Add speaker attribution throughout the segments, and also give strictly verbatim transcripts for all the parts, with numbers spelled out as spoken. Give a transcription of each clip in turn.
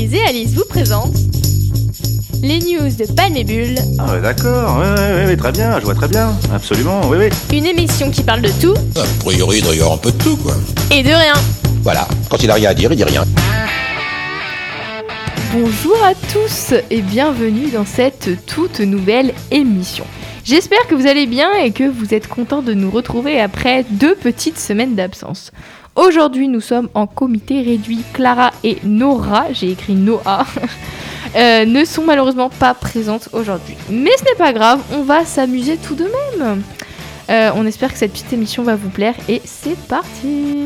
Speaker 1: Héloïse et Alice vous présentent les news de Panébule.
Speaker 2: Ah ouais, d'accord, ouais, ouais, ouais, très bien, je vois très bien, absolument, oui, oui.
Speaker 1: Une émission qui parle de tout.
Speaker 3: A priori, il doit y avoir un peu de tout, quoi.
Speaker 1: Et de rien.
Speaker 3: Voilà, quand il a rien à dire, il dit rien.
Speaker 4: Bonjour à tous et bienvenue dans cette toute nouvelle émission. J'espère que vous allez bien et que vous êtes contents de nous retrouver après deux petites semaines d'absence. Aujourd'hui, nous sommes en comité réduit. Clara et Nora, j'ai écrit Noah, euh, ne sont malheureusement pas présentes aujourd'hui. Mais ce n'est pas grave, on va s'amuser tout de même. Euh, on espère que cette petite émission va vous plaire et c'est parti.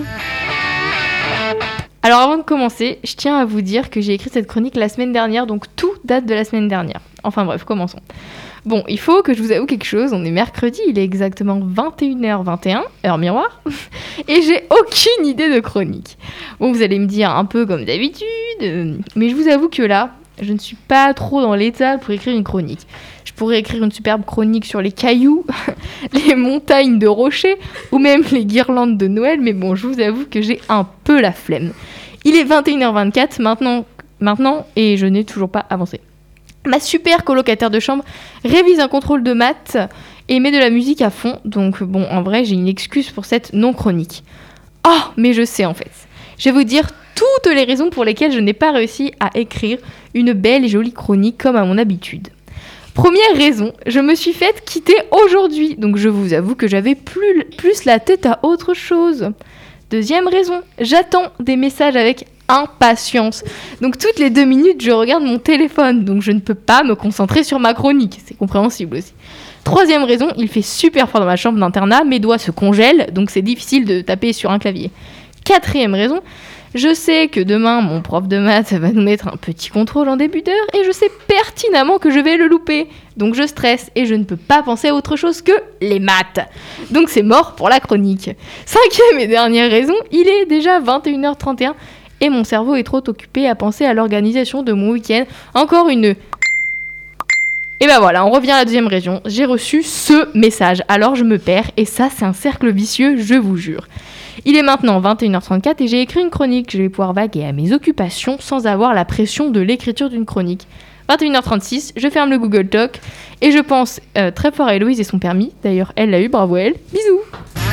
Speaker 4: Alors avant de commencer, je tiens à vous dire que j'ai écrit cette chronique la semaine dernière, donc tout date de la semaine dernière. Enfin bref, commençons. Bon, il faut que je vous avoue quelque chose, on est mercredi, il est exactement vingt et une heures vingt et un, heure miroir, et j'ai aucune idée de chronique. Bon, vous allez me dire un peu comme d'habitude, euh, mais je vous avoue que là, je ne suis pas trop dans l'état pour écrire une chronique. Je pourrais écrire une superbe chronique sur les cailloux, les montagnes de rochers, ou même les guirlandes de Noël, mais bon, je vous avoue que j'ai un peu la flemme. Il est vingt et une heures vingt-quatre maintenant, maintenant et je n'ai toujours pas avancé. Ma super colocataire de chambre révise un contrôle de maths et met de la musique à fond, donc bon, en vrai, j'ai une excuse pour cette non-chronique. Oh, mais je sais en fait. Je vais vous dire toutes les raisons pour lesquelles je n'ai pas réussi à écrire une belle et jolie chronique comme à mon habitude. Première raison, je me suis faite quitter aujourd'hui, donc je vous avoue que j'avais plus, plus la tête à autre chose. Deuxième raison, j'attends des messages avec impatience. Donc toutes les deux minutes, je regarde mon téléphone, donc je ne peux pas me concentrer sur ma chronique. C'est compréhensible aussi. Troisième raison, il fait super froid dans ma chambre d'internat, mes doigts se congèlent, donc c'est difficile de taper sur un clavier. Quatrième raison, je sais que demain, mon prof de maths va nous mettre un petit contrôle en début d'heure et je sais pertinemment que je vais le louper. Donc je stresse et je ne peux pas penser à autre chose que les maths. Donc c'est mort pour la chronique. Cinquième et dernière raison, il est déjà vingt et une heures trente et un et mon cerveau est trop occupé à penser à l'organisation de mon week-end. Encore une... Et ben voilà, on revient à la deuxième raison. J'ai reçu ce message, alors je me perds et ça c'est un cercle vicieux, je vous jure. Il est maintenant vingt et une heures trente-quatre et j'ai écrit une chronique. Je vais pouvoir vaguer à mes occupations sans avoir la pression de l'écriture d'une chronique. vingt et une heures trente-six, je ferme le Google Doc et je pense euh, très fort à Héloïse et son permis. D'ailleurs, elle l'a eu, bravo à elle. Bisous.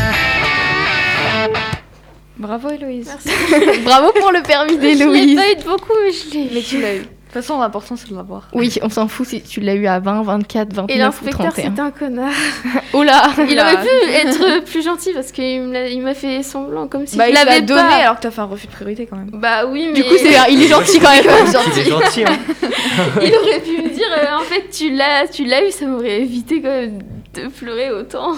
Speaker 5: Bravo Héloïse.
Speaker 4: Merci. Bravo pour le permis d'Héloïse.
Speaker 5: Je l'ai pas eu de beaucoup, mais je l'ai eu. Mais tu l'as eu. De toute façon, l'important, c'est de l'avoir.
Speaker 4: Oui, on s'en fout si tu l'as eu à vingt, vingt-quatre, vingt-neuf ou trente et un.
Speaker 5: Et l'inspecteur, c'était un connard.
Speaker 4: Oh là.
Speaker 5: Il aurait pu être plus gentil parce qu'il m'a, il m'a fait semblant comme si
Speaker 4: bah,
Speaker 5: je
Speaker 4: il
Speaker 5: l'avais
Speaker 4: donné
Speaker 5: pas.
Speaker 4: alors que t'as fait un refus de priorité quand même.
Speaker 5: Bah oui, mais...
Speaker 4: Du coup, c'est, il est gentil quand même.
Speaker 6: Il est gentil, hein.
Speaker 5: Il aurait pu me dire, euh, en fait, tu l'as, tu l'as eu, ça m'aurait évité quand même de pleurer autant.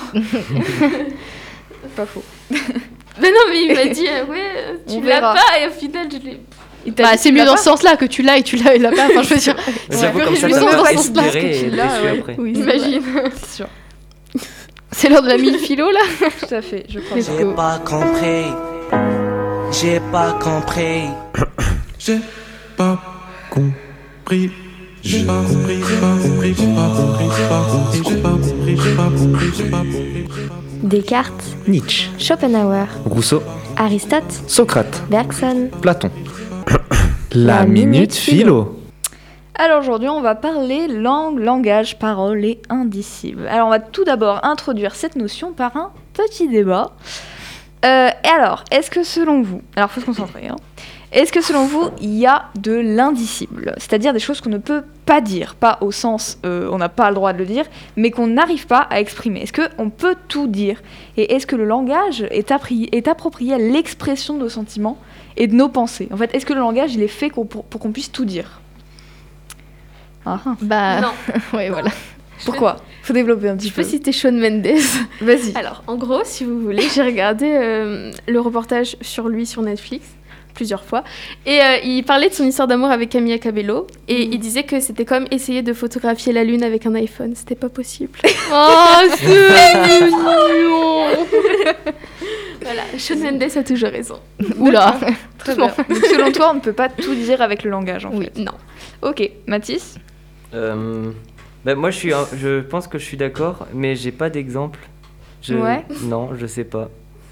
Speaker 4: Pas faux.
Speaker 5: Mais non, mais il m'a dit, euh, ouais, tu
Speaker 4: On
Speaker 5: l'as
Speaker 4: verra.
Speaker 5: pas, et au final, je l'ai...
Speaker 4: Bah, c'est mieux dans ce sens-là que tu l'as et tu l'as et l'as pas. Enfin, je veux dire,
Speaker 6: J'avoue,
Speaker 4: c'est
Speaker 6: comme ça,
Speaker 4: plus
Speaker 6: ça
Speaker 4: dans
Speaker 6: va
Speaker 4: ce sens-là
Speaker 6: respirer
Speaker 4: que
Speaker 6: et
Speaker 4: tu l'as.
Speaker 6: déçu
Speaker 4: Ouais.
Speaker 6: après.
Speaker 4: Oui,
Speaker 5: Imagine.
Speaker 4: c'est sûr. C'est l'heure de la mille philo là.
Speaker 5: Tout à fait, je crois.
Speaker 4: Let's
Speaker 7: J'ai
Speaker 4: go.
Speaker 7: pas compris, j'ai pas compris.
Speaker 8: J'ai pas compris. J'ai pas compris, j'ai pas compris, j'ai pas compris, j'ai pas compris, j'ai pas compris, j'ai pas compris, j'ai pas compris.
Speaker 9: Descartes,
Speaker 6: Nietzsche,
Speaker 9: Schopenhauer,
Speaker 6: Rousseau,
Speaker 9: Aristote,
Speaker 6: Socrate,
Speaker 9: Bergson.
Speaker 6: Platon.
Speaker 9: La minute philo.
Speaker 5: Alors aujourd'hui, on va parler langue, langage, parole et indicible. Alors on va tout d'abord introduire cette notion par un petit débat. Euh, et alors, est-ce que selon vous, alors faut se concentrer, hein, est-ce que selon vous, il y a de l'indicible, c'est-à-dire des choses qu'on ne peut pas dire, pas au sens euh, on n'a pas le droit de le dire, mais qu'on n'arrive pas à exprimer. Est-ce qu'on peut tout dire? Et est-ce que le langage est, appri- est approprié à l'expression de nos sentiments et de nos pensées? En fait, est-ce que le langage, il est fait qu'on- pour, pour qu'on puisse tout dire? Ah, ah.
Speaker 4: Bah,
Speaker 5: Non.
Speaker 4: ouais, voilà.
Speaker 5: Pourquoi? Faut développer un petit
Speaker 10: Je
Speaker 5: peu.
Speaker 10: peux citer Shawn Mendes.
Speaker 5: Vas-y.
Speaker 10: Alors, en gros, si vous voulez, j'ai regardé euh, le reportage sur lui sur Netflix plusieurs fois. Et euh, il parlait de son histoire d'amour avec Camilla Cabello. Et
Speaker 5: Mm.
Speaker 10: il disait que c'était comme essayer de photographier la lune avec un iPhone. C'était pas possible.
Speaker 4: Oh, c'est mignon.
Speaker 10: Voilà, Shawn Mendes a toujours raison.
Speaker 4: Oula.
Speaker 5: Très bien. Donc, selon toi, on ne peut pas tout dire avec le langage, en
Speaker 10: Oui,
Speaker 5: fait.
Speaker 10: non.
Speaker 5: Ok, Mathis?
Speaker 6: Euh, bah, moi, je, suis un- je pense que je suis d'accord, mais j'ai pas d'exemple. Je...
Speaker 5: Ouais.
Speaker 6: Non, je sais pas.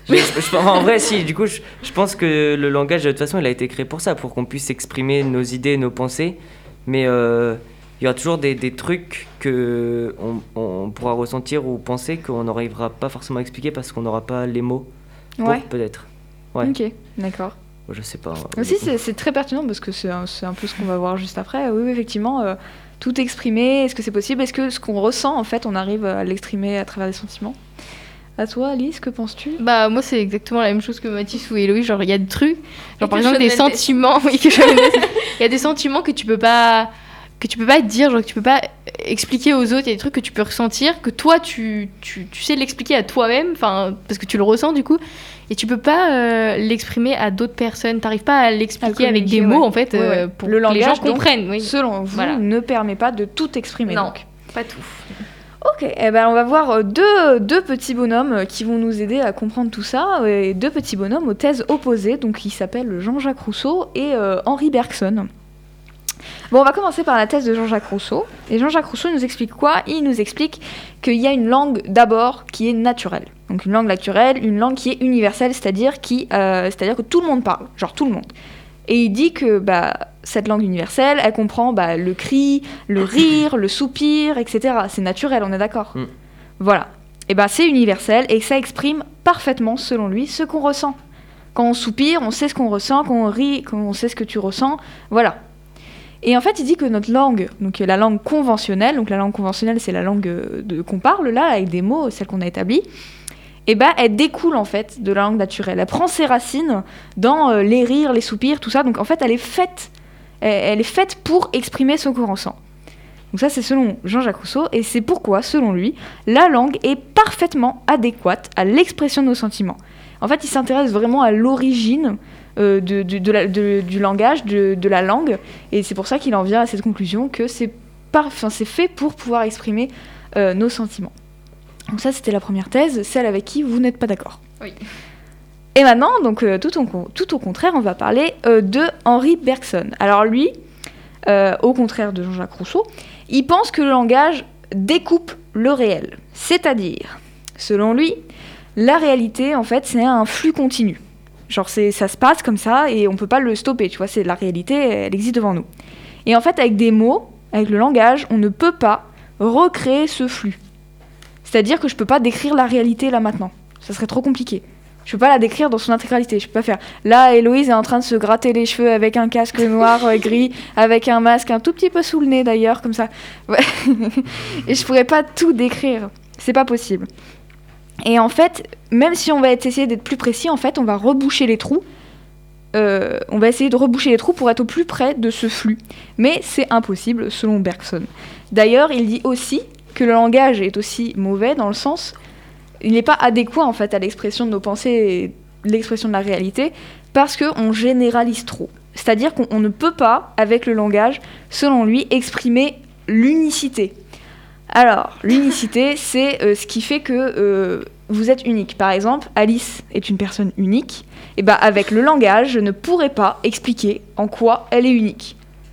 Speaker 6: Je- je- en vrai, si, du coup, je, je pense que le langage, de toute façon, il a été créé pour ça, pour qu'on puisse exprimer nos idées, nos pensées. Mais euh, il y aura toujours des, des trucs qu'on on pourra ressentir ou penser qu'on n'arrivera pas forcément à expliquer parce qu'on n'aura pas les mots. Pour,
Speaker 5: Ouais.
Speaker 6: peut-être. Ouais.
Speaker 5: Ok, d'accord.
Speaker 6: Je sais pas.
Speaker 5: Aussi, c'est, c'est très pertinent parce que c'est un, c'est un peu ce qu'on va voir juste après. Oui, oui, effectivement, euh, tout exprimer, est-ce que c'est possible? Est-ce que ce qu'on ressent, en fait, on arrive à l'exprimer à travers des sentiments? À toi, Alice, que penses-tu?
Speaker 4: Bah, moi, c'est exactement la même chose que Mathis ou Héloïse. Genre, il y a des trucs, genre
Speaker 10: Et
Speaker 4: par
Speaker 10: que
Speaker 4: exemple, des
Speaker 10: Chanel
Speaker 4: sentiments. Oui, que Chanel Dess. Il y a des sentiments que tu peux pas. Que tu peux pas dire, genre que tu peux pas expliquer aux autres. Il y a des trucs que tu peux ressentir, que toi, tu, tu, tu sais l'expliquer à toi-même, enfin, parce que tu le ressens du coup. Et tu peux pas euh, l'exprimer à d'autres personnes. T'arrives pas à l'expliquer
Speaker 5: À
Speaker 4: avec des
Speaker 5: communiquer,
Speaker 4: mots,
Speaker 5: ouais.
Speaker 4: en fait,
Speaker 5: Ouais,
Speaker 4: euh,
Speaker 5: ouais.
Speaker 4: pour
Speaker 5: Le
Speaker 4: que les gens
Speaker 5: langage, donc,
Speaker 4: comprennent. Oui.
Speaker 5: Selon vous,
Speaker 4: Voilà.
Speaker 5: ne permet pas de tout exprimer.
Speaker 4: Non.
Speaker 5: donc.
Speaker 10: Pas tout.
Speaker 5: Ok, eh ben on va voir euh, deux, deux petits bonhommes euh, qui vont nous aider à comprendre tout ça. Et deux petits bonhommes aux thèses opposées, donc ils s'appellent Jean-Jacques Rousseau et euh, Henri Bergson. Bon, on va commencer par la thèse de Jean-Jacques Rousseau. Et Jean-Jacques Rousseau nous explique quoi? Il nous explique qu'il y a une langue d'abord qui est naturelle. Donc une langue naturelle, une langue qui est universelle, c'est-à-dire, qui, euh, c'est-à-dire que tout le monde parle, genre tout le monde. Et il dit que bah, cette langue universelle, elle comprend bah, le cri, le rire, le soupir, et cetera. C'est naturel, on est d'accord?
Speaker 6: Mm.
Speaker 5: Voilà. Et ben c'est universel et ça exprime parfaitement, selon lui, ce qu'on ressent. Quand on soupire, on sait ce qu'on ressent. Quand on rit, quand on sait ce que tu ressens. Voilà. Et en fait, il dit que notre langue, donc la langue conventionnelle, donc la langue conventionnelle, c'est la langue de, qu'on parle là, avec des mots, celle qu'on a établie, et ben elle découle en fait de la langue naturelle. Elle prend ses racines dans euh, les rires, les soupirs, tout ça. Donc en fait, elle est faite, elle, elle est faite pour exprimer ce qu'on ressent. Donc ça, c'est selon Jean-Jacques Rousseau, et c'est pourquoi, selon lui, la langue est parfaitement adéquate à l'expression de nos sentiments. En fait, il s'intéresse vraiment à l'origine euh, de, de, de la, de, du langage, de, de la langue, et c'est pour ça qu'il en vient à cette conclusion que c'est, par, enfin, c'est fait pour pouvoir exprimer euh, nos sentiments. Donc ça, c'était la première thèse, celle avec qui vous n'êtes pas d'accord.
Speaker 4: Oui.
Speaker 5: Et maintenant, donc, euh, tout, au, tout au contraire, on va parler euh, de Henri Bergson. Alors lui, euh, au contraire de Jean-Jacques Rousseau, il pense que le langage découpe le réel. C'est-à-dire, selon lui, la réalité, en fait, c'est un flux continu. Genre, c'est, ça se passe comme ça et on peut pas le stopper, tu vois, c'est la réalité, elle existe devant nous. Et en fait, avec des mots, avec le langage, on ne peut pas recréer ce flux. C'est-à-dire que je peux pas décrire la réalité là maintenant. Ça serait trop compliqué. Je peux pas la décrire dans son intégralité. Je peux pas faire. Là, Héloïse est en train de se gratter les cheveux avec un casque noir euh, gris, avec un masque un tout petit peu sous le nez d'ailleurs, comme ça. Ouais. Et je pourrais pas tout décrire. C'est pas possible. Et en fait, même si on va essayer d'être plus précis, en fait, on va reboucher les trous. Euh, on va essayer de reboucher les trous pour être au plus près de ce flux. Mais c'est impossible, selon Bergson. D'ailleurs, il dit aussi que le langage est aussi mauvais dans le sens, il n'est pas adéquat en fait à l'expression de nos pensées et l'expression de la réalité, parce qu'on généralise trop. C'est-à-dire qu'on on ne peut pas, avec le langage, selon lui, exprimer l'unicité. Alors, l'unicité, c'est euh, ce qui fait que euh, vous êtes unique. Par exemple, Alice est une personne unique, et ben avec le langage, je ne pourrais pas expliquer en quoi elle est unique.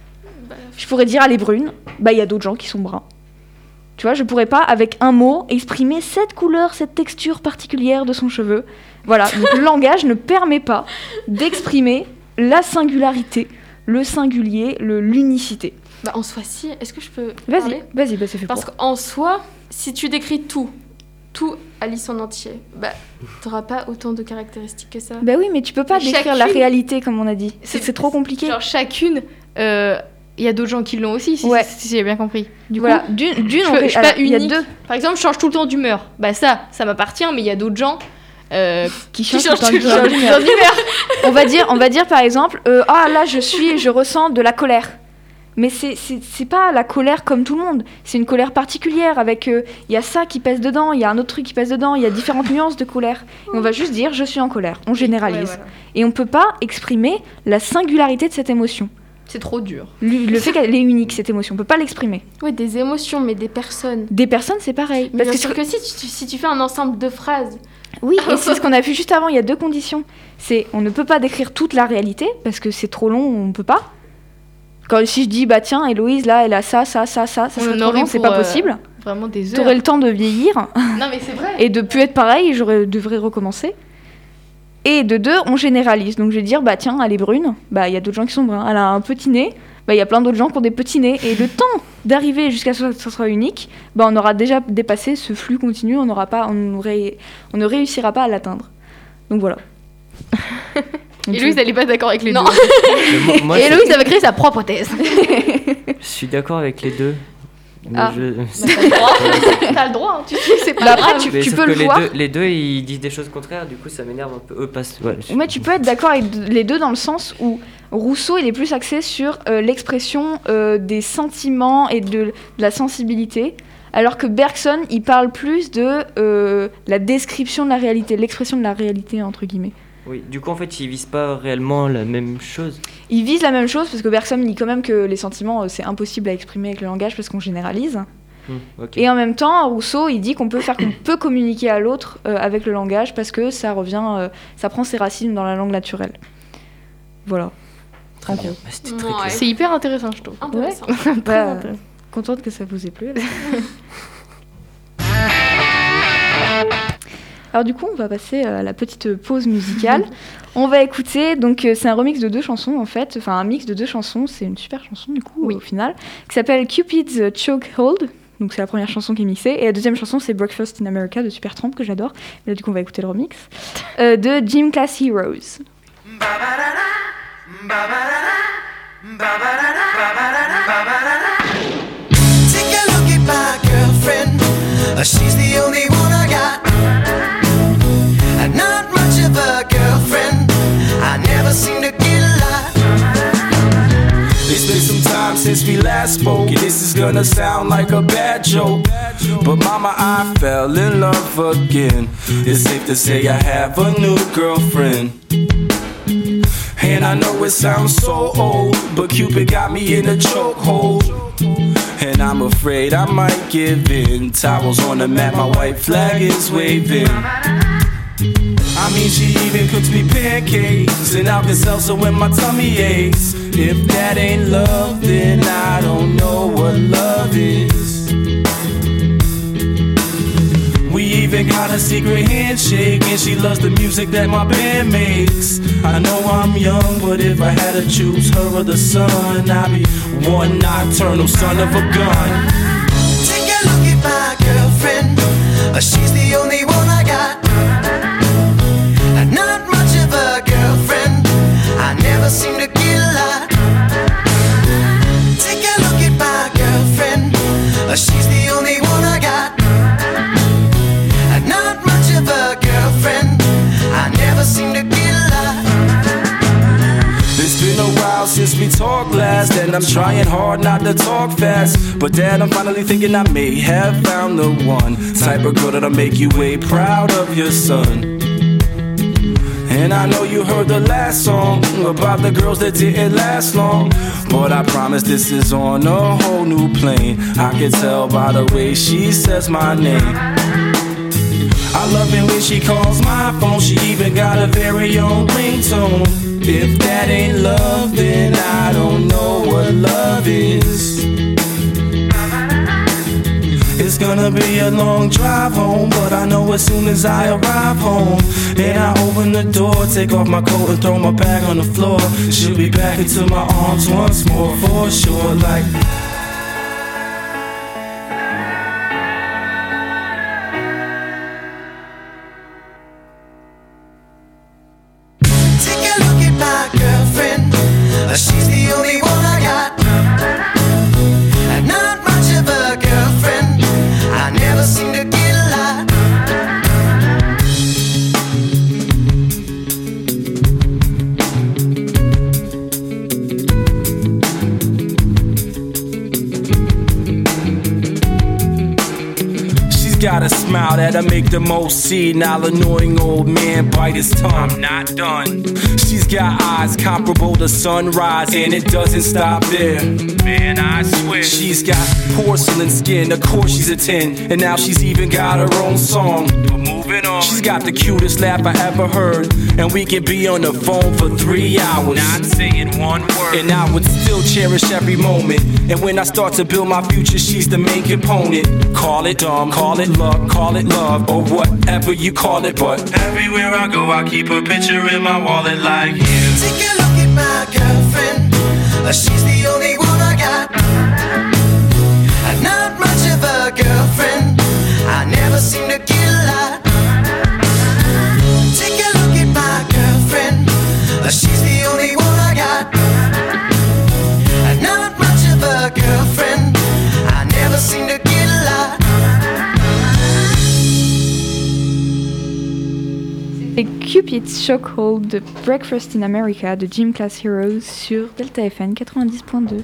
Speaker 5: Je pourrais dire elle est brune, bah il y a d'autres gens qui sont bruns. Tu vois, je pourrais pas, avec un mot, exprimer cette couleur, cette texture particulière de son cheveu. Voilà, donc le langage ne permet pas d'exprimer la singularité, le singulier, le, l'unicité.
Speaker 10: Bah, en soi, si. Est-ce que je peux
Speaker 5: Vas-y,
Speaker 10: parler
Speaker 5: vas-y, bah, c'est fait
Speaker 10: Parce
Speaker 5: pour.
Speaker 10: qu'en soi, si tu décris tout, tout Alice en entier, bah, t'auras pas autant de caractéristiques que ça.
Speaker 5: Bah oui, mais tu peux pas
Speaker 4: Mais
Speaker 5: décrire
Speaker 4: chacune-
Speaker 5: la réalité, comme on a dit. C'est,
Speaker 4: C'est-
Speaker 5: c'est trop compliqué.
Speaker 4: Genre, chacune, euh, il y a d'autres gens qui l'ont aussi, si,
Speaker 5: Ouais.
Speaker 4: si, si j'ai bien compris. Du
Speaker 5: Voilà,
Speaker 4: coup,
Speaker 5: d'une, d'une
Speaker 4: je,
Speaker 5: on
Speaker 4: peux-
Speaker 5: ré-
Speaker 4: je suis pas
Speaker 5: alors, il y a
Speaker 4: unique.
Speaker 5: deux
Speaker 4: Par exemple, je change tout le temps d'humeur. Bah ça, ça m'appartient, mais il y a d'autres gens euh,
Speaker 5: qui
Speaker 4: qui
Speaker 5: changent
Speaker 4: changent
Speaker 5: tout
Speaker 4: tout
Speaker 5: le
Speaker 4: le
Speaker 5: temps
Speaker 4: temps
Speaker 5: d'humeur.
Speaker 4: d'humeur.
Speaker 5: on va dire, on va dire par exemple, euh, ah là je suis, je ressens de la colère. Mais c'est, c'est, c'est pas la colère comme tout le monde. C'est une colère particulière avec, il euh, y a ça qui pèse dedans, il y a un autre truc qui pèse dedans, il y a différentes nuances de colère. Et on va juste dire, je suis en colère. On généralise.
Speaker 4: Ouais, voilà.
Speaker 5: Et on peut pas exprimer la singularité de cette émotion.
Speaker 4: C'est trop dur.
Speaker 5: Le, le fait qu'elle est unique, cette émotion, on peut pas l'exprimer.
Speaker 10: Ouais, des émotions, mais des personnes.
Speaker 5: Des personnes, c'est pareil.
Speaker 10: Mais
Speaker 5: Parce
Speaker 10: bien
Speaker 5: que
Speaker 10: sûr que si tu, si tu fais un ensemble de phrases,
Speaker 5: oui, et c'est ce qu'on a vu juste avant, il y a deux conditions. C'est, on ne peut pas décrire toute la réalité, parce que c'est trop long, on peut pas. Quand si je dis, bah tiens, Héloïse, là, elle a ça, ça, ça, ça, ça
Speaker 4: On
Speaker 5: serait
Speaker 4: en
Speaker 5: trop
Speaker 4: aurait
Speaker 5: long, c'est
Speaker 4: pour,
Speaker 5: pas
Speaker 4: euh,
Speaker 5: possible.
Speaker 4: Vraiment des heures.
Speaker 5: T'aurais le temps de vieillir
Speaker 4: Non mais c'est vrai.
Speaker 5: et de plus être pareil, j'aurais devrais recommencer. Et de deux, on généralise. Donc je vais dire, bah tiens, elle est brune, bah il y a d'autres gens qui sont bruns. Elle a un petit nez, bah il y a plein d'autres gens qui ont des petits nez. Et le temps d'arriver jusqu'à ce que ça soit unique, bah on aura déjà dépassé ce flux continu, on, n'aura pas, on, aurait, on ne réussira pas à l'atteindre. Donc voilà.
Speaker 4: Et Louise, elle n'est pas d'accord avec les
Speaker 10: Non.
Speaker 4: deux.
Speaker 6: moi, moi,
Speaker 4: Et
Speaker 6: c'est-
Speaker 4: Louise, elle va créer sa propre thèse.
Speaker 6: Je suis d'accord avec les deux. Mais
Speaker 5: Ah.
Speaker 6: je...
Speaker 4: T'as le droit, T'as le droit, hein, tu sais, c'est pas
Speaker 5: Bah
Speaker 4: grave.
Speaker 5: après, tu,
Speaker 6: Mais
Speaker 5: tu
Speaker 6: sauf
Speaker 5: peux
Speaker 6: que
Speaker 5: le
Speaker 6: les
Speaker 5: voir.
Speaker 6: Deux, les deux, ils disent des choses contraires, du coup, ça m'énerve un peu. Eux passent. Ouais, je-
Speaker 5: Mais tu peux être d'accord avec les deux dans le sens où Rousseau, il est plus axé sur euh, l'expression euh, des sentiments et de, de la sensibilité, alors que Bergson, il parle plus de euh, la description de la réalité, l'expression de la réalité, entre guillemets.
Speaker 6: Oui, du coup, en fait, ils visent pas réellement la même chose.
Speaker 5: Il vise la même chose, parce que Bergson dit quand même que les sentiments, euh, c'est impossible à exprimer avec le langage, parce qu'on généralise.
Speaker 6: Hmm, ok.
Speaker 5: Et en même temps, Rousseau, il dit qu'on peut faire qu'on peut communiquer à l'autre euh, avec le langage, parce que ça revient, euh, ça prend ses racines dans la langue naturelle. Voilà.
Speaker 6: Très
Speaker 5: en
Speaker 6: bien.
Speaker 5: gros.
Speaker 6: Bah, c'était très
Speaker 10: Ouais.
Speaker 6: clair.
Speaker 4: C'est hyper intéressant, je trouve.
Speaker 10: Intéressant.
Speaker 5: Bah,
Speaker 4: intéressant.
Speaker 5: contente que ça vous ait plu. Alors du coup, on va passer à la petite pause musicale. On va écouter, donc euh, c'est un remix de deux chansons en fait, enfin un mix de deux chansons, c'est une super chanson du coup au final, qui s'appelle Cupid's Chokehold. Donc c'est la première chanson qui est mixée, et la deuxième chanson c'est Breakfast in America de Supertramp que j'adore. Et là du coup on va écouter le remix euh, de Gym Class Heroes.
Speaker 7: Take a look at my girlfriend. Uh, she's the only one I got. Uh, not much of a girlfriend. I never seem to get a lot.
Speaker 11: It's been some time since we last spoke, and this is gonna sound like a bad joke. But mama, I fell in love again. It's safe to say I have a new girlfriend. And I know it sounds so old, but Cupid got me in a chokehold. And I'm afraid I might give in. Towels on the mat, my white flag is waving. I mean, she even cooks me pancakes and Alka-Seltzer when my tummy aches. If that ain't love, then I don't know what love is. We even got a secret handshake, and she loves the music that my band makes. I know I'm young, but if I had to choose her or the sun, I'd be one nocturnal son of a gun.
Speaker 7: Take a look at my girlfriend. Uh, she's the only one I got. Uh, not much of a girlfriend. I never seem to get a lot. Take a look at my girlfriend. Uh, she's the only one I got. Uh, not much of a girlfriend. I never seem to get a lot.
Speaker 11: It's been a while since we talked last, and I'm trying hard not to talk fast. But Dad, I'm finally thinking I may have found the one type of girl that'll make you way proud of your son. And I know you heard the last song about the girls that didn't last long, but I promise this is on a whole new plane. I can tell by the way she says my name. I love it when she calls my phone. She even got a very own ringtone. If that ain't love, then I don't know what love is. It's gonna be a long drive home, but I know as soon as I arrive home and I open the door, take off my coat and throw my bag on the floor, she'll be back into my arms once more for sure. Like
Speaker 7: Take a look at my girlfriend. Uh, she's the only one I got. Uh, not much of a girlfriend. I never seem to get a lot.
Speaker 11: she's got a smile that'll make the most senile annoying old man bite his tongue. I'm not done. She's got eyes comparable to sunrise, and it doesn't stop there. Man, I swear. She's got porcelain skin, of course she's a ten, and now she's even got her own song. But moving on. She's got the cutest laugh I ever heard, and we can be on the phone for three hours. Not saying one word, and I would still cherish every moment. And when I start to build my future, she's the main component. Call it dumb, call it luck, call it love, or whatever you call it. But everywhere I go, I keep a picture in my wallet like you.
Speaker 7: Take a look at my girlfriend. Uh, she's the only one I got. I'm not much of a girlfriend. I never seem to get a lot. Take a look at my girlfriend. Uh, she's the only one I got. I'm not much of a girlfriend. I never seem to get a lot.
Speaker 5: C'est Cupid's Chokehold de Breakfast in America de Gym Class Heroes sur Delta F N quatre-vingt-dix point deux.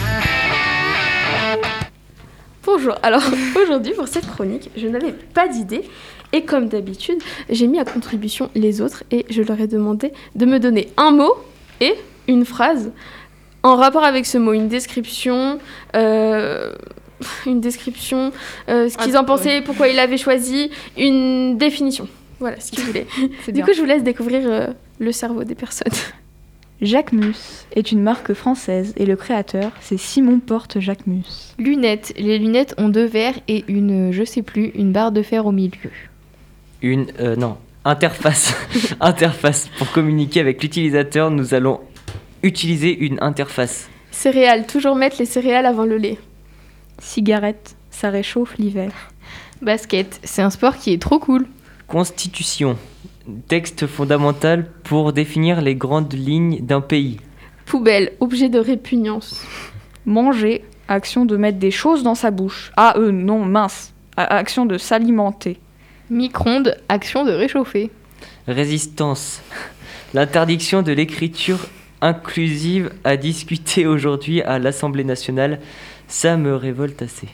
Speaker 10: Bonjour, alors aujourd'hui pour cette chronique, je n'avais pas d'idée et comme d'habitude, j'ai mis à contribution les autres et je leur ai demandé de me donner un mot et une phrase en rapport avec ce mot, une description, euh, une description, euh, ce qu'ils en pensaient, pourquoi ils l'avaient choisi, une définition. Voilà ce qu'ils voulaient. Du
Speaker 5: bien.
Speaker 10: coup, je vous laisse découvrir euh, le cerveau des personnes.
Speaker 5: Jacquemus est une marque française et le créateur, c'est Simon Porte Jacquemus.
Speaker 4: Lunettes. Les lunettes ont deux verres et une, je sais plus, une barre de fer au milieu.
Speaker 6: Une, euh, non, interface. Interface. Pour communiquer avec l'utilisateur, nous allons utiliser une interface.
Speaker 10: Céréales, toujours mettre les céréales avant le lait.
Speaker 5: Cigarette, ça réchauffe l'hiver.
Speaker 4: Basket. C'est un sport qui est trop cool.
Speaker 6: Constitution. Texte fondamental pour définir les grandes lignes d'un pays.
Speaker 10: Poubelle, objet de répugnance.
Speaker 5: Manger, action de mettre des choses dans sa bouche. Ah, euh, non, mince. A- action de s'alimenter.
Speaker 4: Micro-ondes. Action de réchauffer.
Speaker 6: Résistance. L'interdiction de l'écriture inclusive à discuter aujourd'hui à l'Assemblée nationale, ça me révolte assez.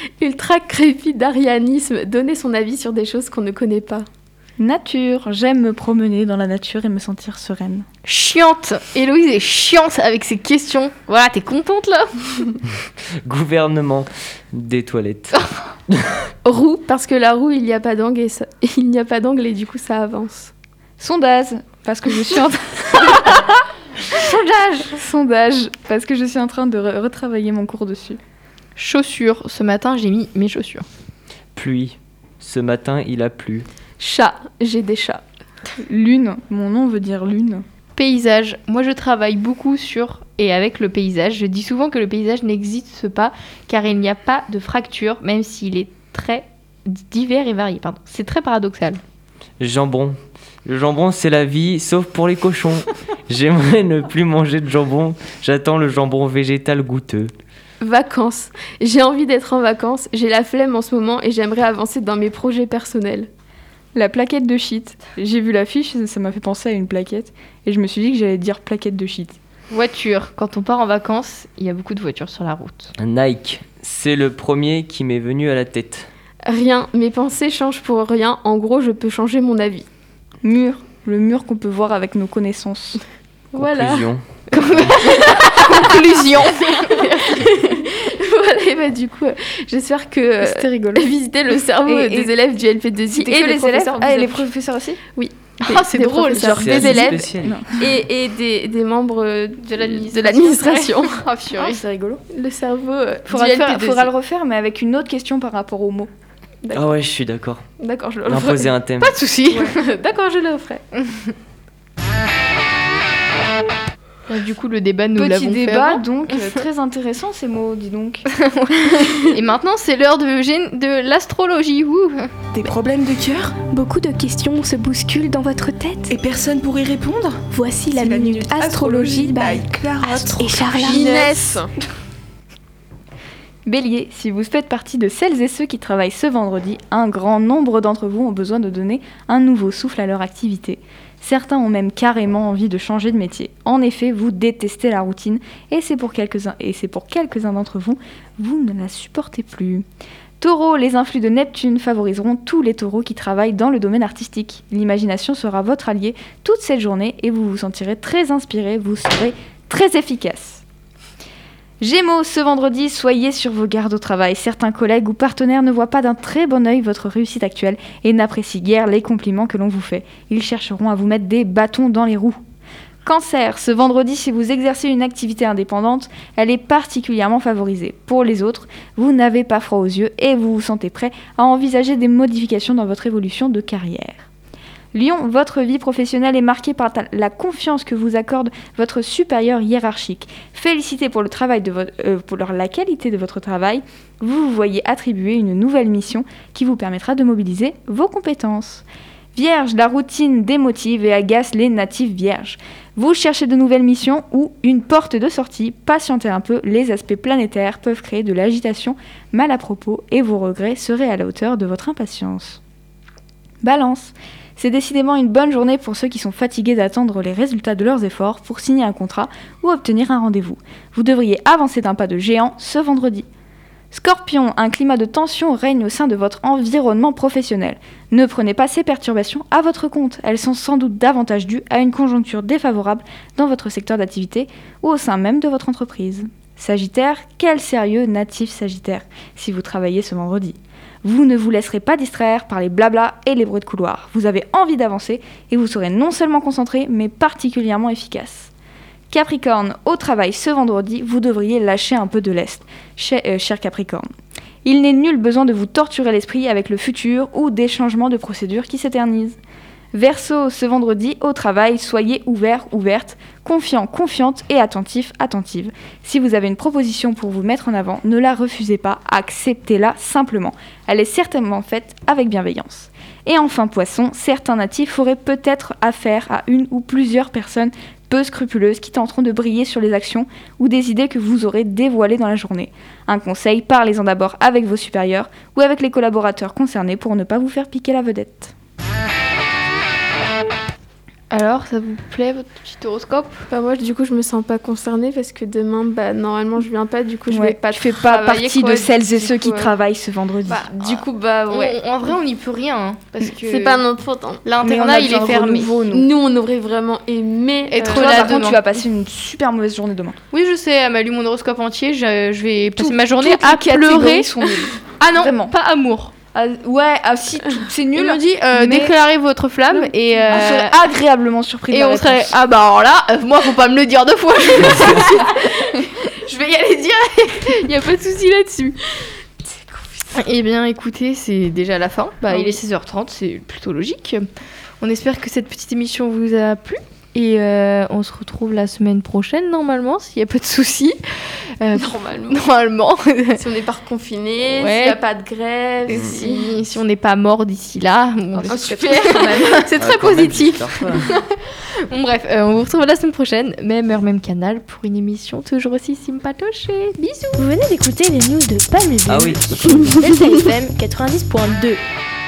Speaker 10: Ultra-crépidarianisme, donner son avis sur des choses qu'on ne connaît pas.
Speaker 5: Nature, j'aime me promener dans la nature et me sentir sereine.
Speaker 4: Chiante. Héloïse est chiante avec ses questions. Voilà, t'es contente là?
Speaker 6: Gouvernement des toilettes.
Speaker 10: Roue, parce que la roue, il n'y a pas d'angle et, ça... il n'y a pas d'angle et du coup ça avance.
Speaker 5: Sondage, parce que je suis en train... Sondage Sondage, parce que je suis en train de re- retravailler mon cours dessus.
Speaker 4: Chaussures. Ce matin, j'ai mis mes chaussures.
Speaker 6: Pluie. Ce matin, il a plu.
Speaker 10: Chat, j'ai des chats.
Speaker 5: Lune, mon nom veut dire lune.
Speaker 4: Paysage. Moi, je travaille beaucoup sur et avec le paysage. Je dis souvent que le paysage n'existe pas car il n'y a pas de fracture, même s'il est très divers et varié. Pardon. C'est très paradoxal.
Speaker 6: Jambon. Le jambon, c'est la vie, sauf pour les cochons. J'aimerais ne plus manger de jambon. J'attends le jambon végétal goûteux.
Speaker 10: Vacances. J'ai envie d'être en vacances, j'ai la flemme en ce moment et j'aimerais avancer dans mes projets personnels.
Speaker 5: La plaquette de shit. J'ai vu l'affiche, ça m'a fait penser à une plaquette. Et je me suis dit que j'allais dire plaquette de shit.
Speaker 4: Voiture. Quand on part en vacances, il y a beaucoup de voitures sur la route.
Speaker 6: Nike. C'est le premier qui m'est venu à la tête.
Speaker 10: Rien, mes pensées changent pour rien, en gros je peux changer mon avis.
Speaker 5: Mur. Le mur qu'on peut voir avec nos connaissances.
Speaker 10: Voilà.
Speaker 6: Conclusion.
Speaker 4: Conclusion.
Speaker 10: Voilà, et bah du coup, euh, j'espère que euh,
Speaker 5: C'était rigolo.
Speaker 10: visiter le cerveau
Speaker 5: Et-
Speaker 10: des
Speaker 5: et-
Speaker 10: élèves du L P deux I
Speaker 5: C'était
Speaker 10: et
Speaker 5: que
Speaker 10: les
Speaker 5: les élèves
Speaker 10: professeurs.
Speaker 5: Ah,
Speaker 10: vous
Speaker 5: et les
Speaker 10: avez-
Speaker 5: professeurs aussi
Speaker 10: Oui.
Speaker 4: Ah, c'est
Speaker 10: Des
Speaker 4: drôle,
Speaker 10: professeurs,
Speaker 4: genre
Speaker 6: C'est
Speaker 10: des
Speaker 6: assez
Speaker 10: élèves
Speaker 6: spécial.
Speaker 10: et, et des, des membres euh,
Speaker 4: De l'administration.
Speaker 10: de l'administration.
Speaker 4: Ah, purée.
Speaker 5: Ah, c'est rigolo.
Speaker 10: Le cerveau euh,
Speaker 5: Faudra,
Speaker 10: du
Speaker 5: le faire,
Speaker 10: L P deux I.
Speaker 5: faudra le refaire, mais avec une autre question par rapport aux mots.
Speaker 6: Ah ouais, je suis d'accord.
Speaker 10: D'accord, je le referai.
Speaker 6: Imposer un thème.
Speaker 4: Pas de soucis.
Speaker 10: Ouais. D'accord, je le referai.
Speaker 4: Bah, du coup, le débat, nous
Speaker 5: Petit
Speaker 4: l'avons fait
Speaker 5: débat,
Speaker 4: avant.
Speaker 5: donc, euh, très intéressant ces mots, dis donc.
Speaker 4: Et maintenant, c'est l'heure de, gén- de l'astrologie. Ouh.
Speaker 12: Des problèmes de cœur? Beaucoup de questions se bousculent dans votre tête.
Speaker 13: Et personne pour y répondre?
Speaker 12: Voici la,
Speaker 13: C'est
Speaker 12: minute, astrologie by
Speaker 13: Clara
Speaker 12: et Charla.
Speaker 10: Inès.
Speaker 5: Bélier, si vous faites partie de celles et ceux qui travaillent ce vendredi, un grand nombre d'entre vous ont besoin de donner un nouveau souffle à leur activité. Certains ont même carrément envie de changer de métier. En effet, vous détestez la routine et c'est pour quelques-uns, et c'est pour quelques-uns d'entre vous, vous ne la supportez plus. Taureau, les influx de Neptune favoriseront tous les taureaux qui travaillent dans le domaine artistique. L'imagination sera votre allié toute cette journée et vous vous sentirez très inspiré, vous serez très efficace. Gémeaux, ce vendredi, soyez sur vos gardes au travail. Certains collègues ou partenaires ne voient pas d'un très bon œil votre réussite actuelle et n'apprécient guère les compliments que l'on vous fait. Ils chercheront à vous mettre des bâtons dans les roues. Cancer, ce vendredi, si vous exercez une activité indépendante, elle est particulièrement favorisée. Pour les autres, vous n'avez pas froid aux yeux et vous vous sentez prêt à envisager des modifications dans votre évolution de carrière. Lion, votre vie professionnelle est marquée par ta- la confiance que vous accorde votre supérieur hiérarchique. Félicité pour, le travail de vo- euh, pour la qualité de votre travail, vous vous voyez attribuer une nouvelle mission qui vous permettra de mobiliser vos compétences. Vierge, la routine démotive et agace les natifs vierges. Vous cherchez de nouvelles missions ou une porte de sortie, patientez un peu, les aspects planétaires peuvent créer de l'agitation mal à propos et vos regrets seraient à la hauteur de votre impatience. Balance, c'est décidément une bonne journée pour ceux qui sont fatigués d'attendre les résultats de leurs efforts pour signer un contrat ou obtenir un rendez-vous. Vous devriez avancer d'un pas de géant ce vendredi. Scorpion, un climat de tension règne au sein de votre environnement professionnel. Ne prenez pas ces perturbations à votre compte. Elles sont sans doute davantage dues à une conjoncture défavorable dans votre secteur d'activité ou au sein même de votre entreprise. Sagittaire, quel sérieux natif Sagittaire si vous travaillez ce vendredi. Vous ne vous laisserez pas distraire par les blablas et les bruits de couloir. Vous avez envie d'avancer et vous serez non seulement concentré mais particulièrement efficace. Capricorne, au travail ce vendredi, vous devriez lâcher un peu de lest, cher, euh, cher Capricorne. Il n'est nul besoin de vous torturer l'esprit avec le futur ou des changements de procédure qui s'éternisent. Verseau, ce vendredi, au travail, soyez ouvert, ouverte, confiant, confiante et attentif, attentive. Si vous avez une proposition pour vous mettre en avant, ne la refusez pas, acceptez-la simplement. Elle est certainement faite avec bienveillance. Et enfin, Poisson, certains natifs auraient peut-être affaire à une ou plusieurs personnes peu scrupuleuses qui tenteront de briller sur les actions ou des idées que vous aurez dévoilées dans la journée. Un conseil, parlez-en d'abord avec vos supérieurs ou avec les collaborateurs concernés pour ne pas vous faire piquer la vedette.
Speaker 4: Alors, ça vous plaît votre petit horoscope?
Speaker 10: Bah moi, du coup, je me sens pas concernée parce que demain, bah normalement, je viens pas. Du coup, je
Speaker 5: Ouais,
Speaker 10: vais pas
Speaker 5: tu fais pas
Speaker 10: travailler,
Speaker 5: partie
Speaker 10: quoi,
Speaker 5: de celles et
Speaker 10: du
Speaker 5: ceux
Speaker 10: coup,
Speaker 5: qui
Speaker 10: ouais.
Speaker 5: travaillent ce vendredi.
Speaker 4: Bah,
Speaker 10: Du coup, bah ouais.
Speaker 4: on- en vrai, on n'y peut rien, hein, parce que
Speaker 10: C'est pas notre faute. Hein.
Speaker 5: Mais on a
Speaker 4: l'internat, il
Speaker 5: besoin
Speaker 4: est
Speaker 5: de
Speaker 4: fermé.
Speaker 5: renouveau, nous.
Speaker 10: Nous, on aurait vraiment aimé
Speaker 4: Être
Speaker 5: Toi,
Speaker 4: là
Speaker 5: par contre,
Speaker 4: demain.
Speaker 5: tu vas passer une super mauvaise journée demain.
Speaker 4: Oui, je sais, elle m'a lu mon horoscope entier, je, je vais passer
Speaker 5: Tout-
Speaker 4: ma journée
Speaker 5: toutes
Speaker 4: à
Speaker 5: les catégories
Speaker 4: pleurer.
Speaker 5: sont nulles.
Speaker 4: Ah non,
Speaker 5: Vraiment.
Speaker 4: pas amour.
Speaker 5: Ah, ouais, ah si, tout- c'est
Speaker 4: Il
Speaker 5: nul.
Speaker 4: me dit, euh,
Speaker 5: mais
Speaker 4: déclarez votre flamme
Speaker 5: Non.
Speaker 4: et...
Speaker 5: on
Speaker 4: euh,
Speaker 5: serait agréablement surpris de
Speaker 4: Et
Speaker 5: la
Speaker 4: on serait...
Speaker 5: réponse.
Speaker 4: Ah bah alors là, euh, moi, faut pas me le dire deux fois. Je vais y aller direct. Il n'y a pas de souci là-dessus. Eh bien, écoutez, c'est déjà la fin. Bah,
Speaker 10: Ah
Speaker 4: il
Speaker 10: oui.
Speaker 4: est seize heures trente, c'est plutôt logique. On espère que cette petite émission vous a plu. Et euh, on se retrouve la semaine prochaine, normalement, s'il n'y a pas de soucis. Euh,
Speaker 10: Normalement.
Speaker 4: normalement.
Speaker 10: Si on n'est pas reconfiné,
Speaker 4: Ouais.
Speaker 10: s'il n'y a pas de grève,
Speaker 4: Et
Speaker 10: si...
Speaker 4: si, si on n'est pas mort d'ici là, bon,
Speaker 10: Ah,
Speaker 4: c'est
Speaker 10: super.
Speaker 4: quand même. C'est très
Speaker 6: Ouais, quand même,
Speaker 4: positif.
Speaker 6: j'espère pas.
Speaker 4: Bon, bref, euh, on vous retrouve la semaine prochaine, même heure, même canal, pour une émission toujours aussi sympatochée. Bisous.
Speaker 9: Vous venez d'écouter les news de Palme
Speaker 6: Ah oui.
Speaker 9: sur Delta F M quatre-vingt-dix point deux.